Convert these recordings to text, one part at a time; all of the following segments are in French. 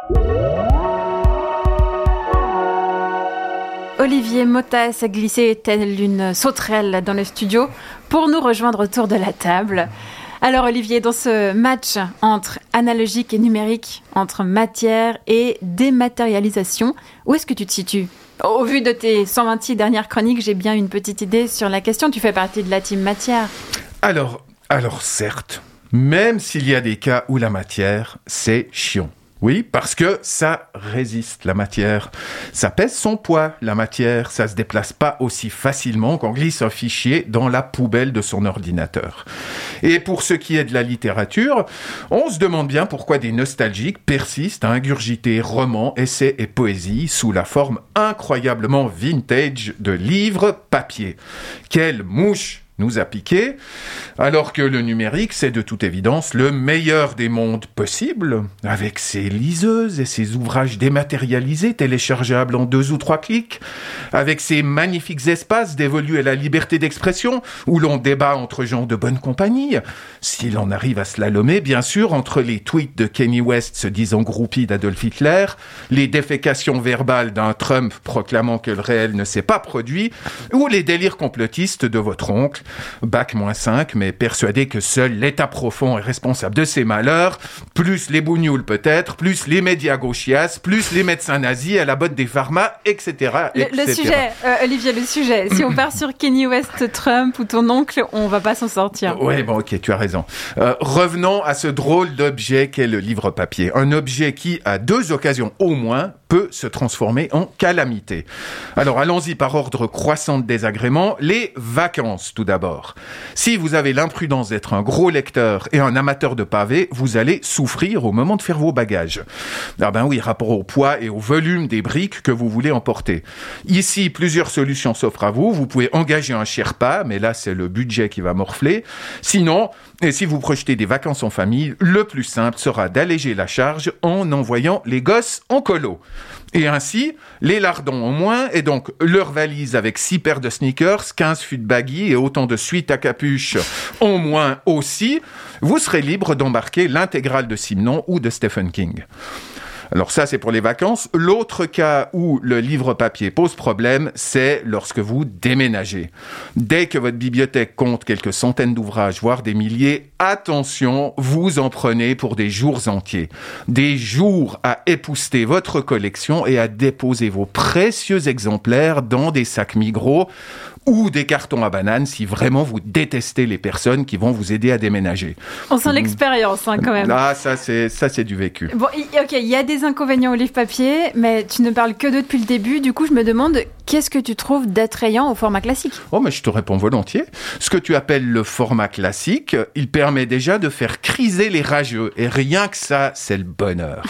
Olivier Motta s'est glissé telle une sauterelle dans le studio pour nous rejoindre autour de la table. Alors Olivier, dans ce match entre analogique et numérique, entre matière et dématérialisation, où est-ce que tu te situes ? Au vu de tes 126 dernières chroniques, j'ai bien une petite idée sur la question. Tu fais partie de la team matière. Alors certes, même s'il y a des cas où la matière, c'est chiant. Oui, parce que ça résiste, la matière. Ça pèse son poids, la matière. Ça se déplace pas aussi facilement qu'on glisse un fichier dans la poubelle de son ordinateur. Et pour ce qui est de la littérature, on se demande bien pourquoi des nostalgiques persistent à ingurgiter romans, essais et poésie sous la forme incroyablement vintage de livres papier. Quelle mouche nous a piqué, alors que le numérique, c'est de toute évidence le meilleur des mondes possibles, avec ses liseuses et ses ouvrages dématérialisés, téléchargeables en 2 ou 3 clics, avec ses magnifiques espaces dévolus à la liberté d'expression, où l'on débat entre gens de bonne compagnie, si l'on arrive à slalomer, bien sûr, entre les tweets de Kanye West se disant groupie d'Adolf Hitler, les défécations verbales d'un Trump proclamant que le réel ne s'est pas produit, ou les délires complotistes de votre oncle, Bac -5, mais persuadé que seul l'État profond est responsable de ses malheurs, plus les bougnoules peut-être, plus les médias gauchias, plus les médecins nazis à la botte des pharma, etc. Le sujet, Olivier, le sujet. Si on part sur Kanye West, Trump ou ton oncle, on va pas s'en sortir. Ouais, bon, ok, tu as raison. Revenons à ce drôle d'objet qu'est le livre papier. Un objet qui, à 2 occasions au moins, peut se transformer en calamité. Alors, allons-y par ordre croissant de désagréments. Les vacances, tout d'abord. Si vous avez l'imprudence d'être un gros lecteur et un amateur de pavés, vous allez souffrir au moment de faire vos bagages. Ah ben oui, rapport au poids et au volume des briques que vous voulez emporter. Ici, plusieurs solutions s'offrent à vous. Vous pouvez engager un Sherpa, mais là, c'est le budget qui va morfler. Sinon, et si vous projetez des vacances en famille, le plus simple sera d'alléger la charge en envoyant les gosses en colo. Et ainsi, les lardons en moins, et donc leur valise avec 6 paires de sneakers, 15 fûts de baggy et autant de suites à capuche en moins aussi, vous serez libre d'embarquer l'intégrale de Simenon ou de Stephen King. Alors ça, c'est pour les vacances. L'autre cas où le livre papier pose problème, c'est lorsque vous déménagez. Dès que votre bibliothèque compte quelques centaines d'ouvrages, voire des milliers, attention, vous en prenez pour des jours entiers. Des jours à épousseter votre collection et à déposer vos précieux exemplaires dans des sacs Migros ou des cartons à bananes si vraiment vous détestez les personnes qui vont vous aider à déménager. On sent l'expérience, quand même. Ah, ça c'est du vécu. Bon, ok, il y a des inconvénients au livre papier, mais tu ne parles que d'eux depuis le début. Du coup, je me demande, qu'est-ce que tu trouves d'attrayant au format classique ? Oh, mais je te réponds volontiers. Ce que tu appelles le format classique, il permet déjà de faire criser les rageux. Et rien que ça, c'est le bonheur.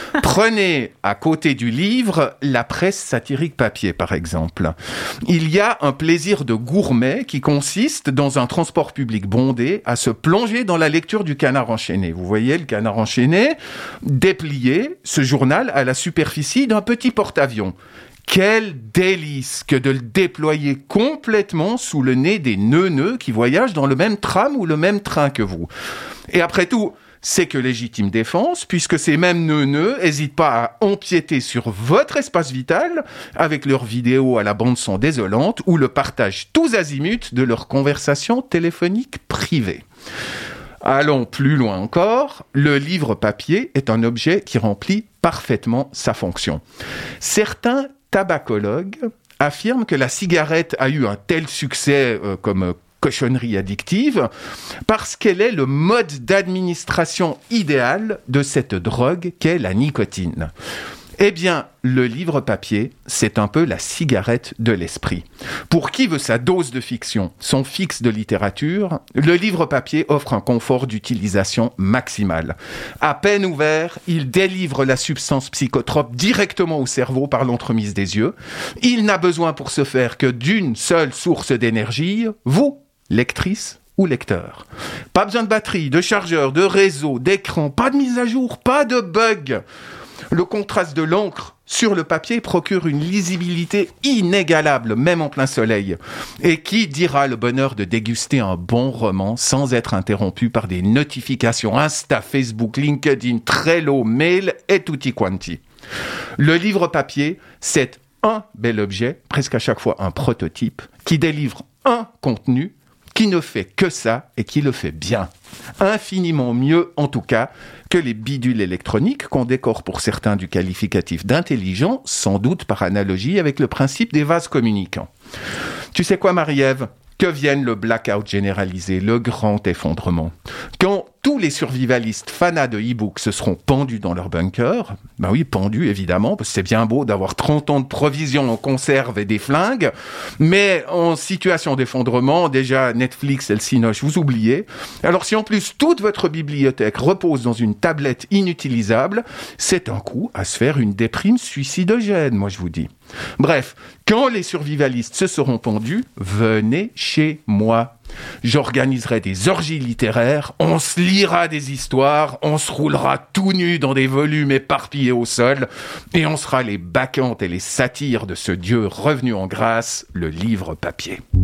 Prenez à côté du livre la presse satirique papier, par exemple. Il y a un plaisir de gourmet qui consiste, dans un transport public bondé, à se plonger dans la lecture du Canard enchaîné. Vous voyez le Canard enchaîné déplier ce journal à la superficie d'un petit porte-avions. Quel délice que de le déployer complètement sous le nez des neuneux qui voyagent dans le même tram ou le même train que vous. Et après tout, c'est que légitime défense, puisque ces mêmes neuneux n'hésitent pas à empiéter sur votre espace vital avec leurs vidéos à la bande-son désolante ou le partage tous azimuts de leurs conversations téléphoniques privées. Allons plus loin encore, le livre papier est un objet qui remplit parfaitement sa fonction. Certains tabacologues affirment que la cigarette a eu un tel succès comme cochonnerie addictive parce qu'elle est le mode d'administration idéal de cette drogue qu'est la nicotine. Eh bien, le livre papier, c'est un peu la cigarette de l'esprit. Pour qui veut sa dose de fiction, son fixe de littérature, le livre papier offre un confort d'utilisation maximal. À peine ouvert, il délivre la substance psychotrope directement au cerveau par l'entremise des yeux. Il n'a besoin pour ce faire que d'une seule source d'énergie, vous, lectrice ou lecteur. Pas besoin de batterie, de chargeur, de réseau, d'écran, pas de mise à jour, pas de bug. Le contraste de l'encre sur le papier procure une lisibilité inégalable, même en plein soleil. Et qui dira le bonheur de déguster un bon roman sans être interrompu par des notifications Insta, Facebook, LinkedIn, Trello, mail et tutti quanti. Le livre papier, c'est un bel objet, presque à chaque fois un prototype, qui délivre un contenu qui ne fait que ça et qui le fait bien. Infiniment mieux, en tout cas, que les bidules électroniques qu'on décore pour certains du qualificatif d'intelligent, sans doute par analogie avec le principe des vases communicants. Tu sais quoi, Marie-Ève ? Que vienne le blackout généralisé, le grand effondrement. Quand tous les survivalistes fanas de e-book se seront pendus dans leur bunker, ben oui, pendus évidemment, parce que c'est bien beau d'avoir 30 ans de provisions en conserve et des flingues, mais en situation d'effondrement, déjà Netflix et le Cinoche, vous oubliez. Alors si en plus toute votre bibliothèque repose dans une tablette inutilisable, c'est un coup à se faire une déprime suicidogène, moi je vous dis. Bref, quand les survivalistes se seront pendus, venez chez moi. J'organiserai des orgies littéraires, on se lira des histoires, on se roulera tout nu dans des volumes éparpillés au sol, et on sera les bacchantes et les satires de ce dieu revenu en grâce, le livre papier.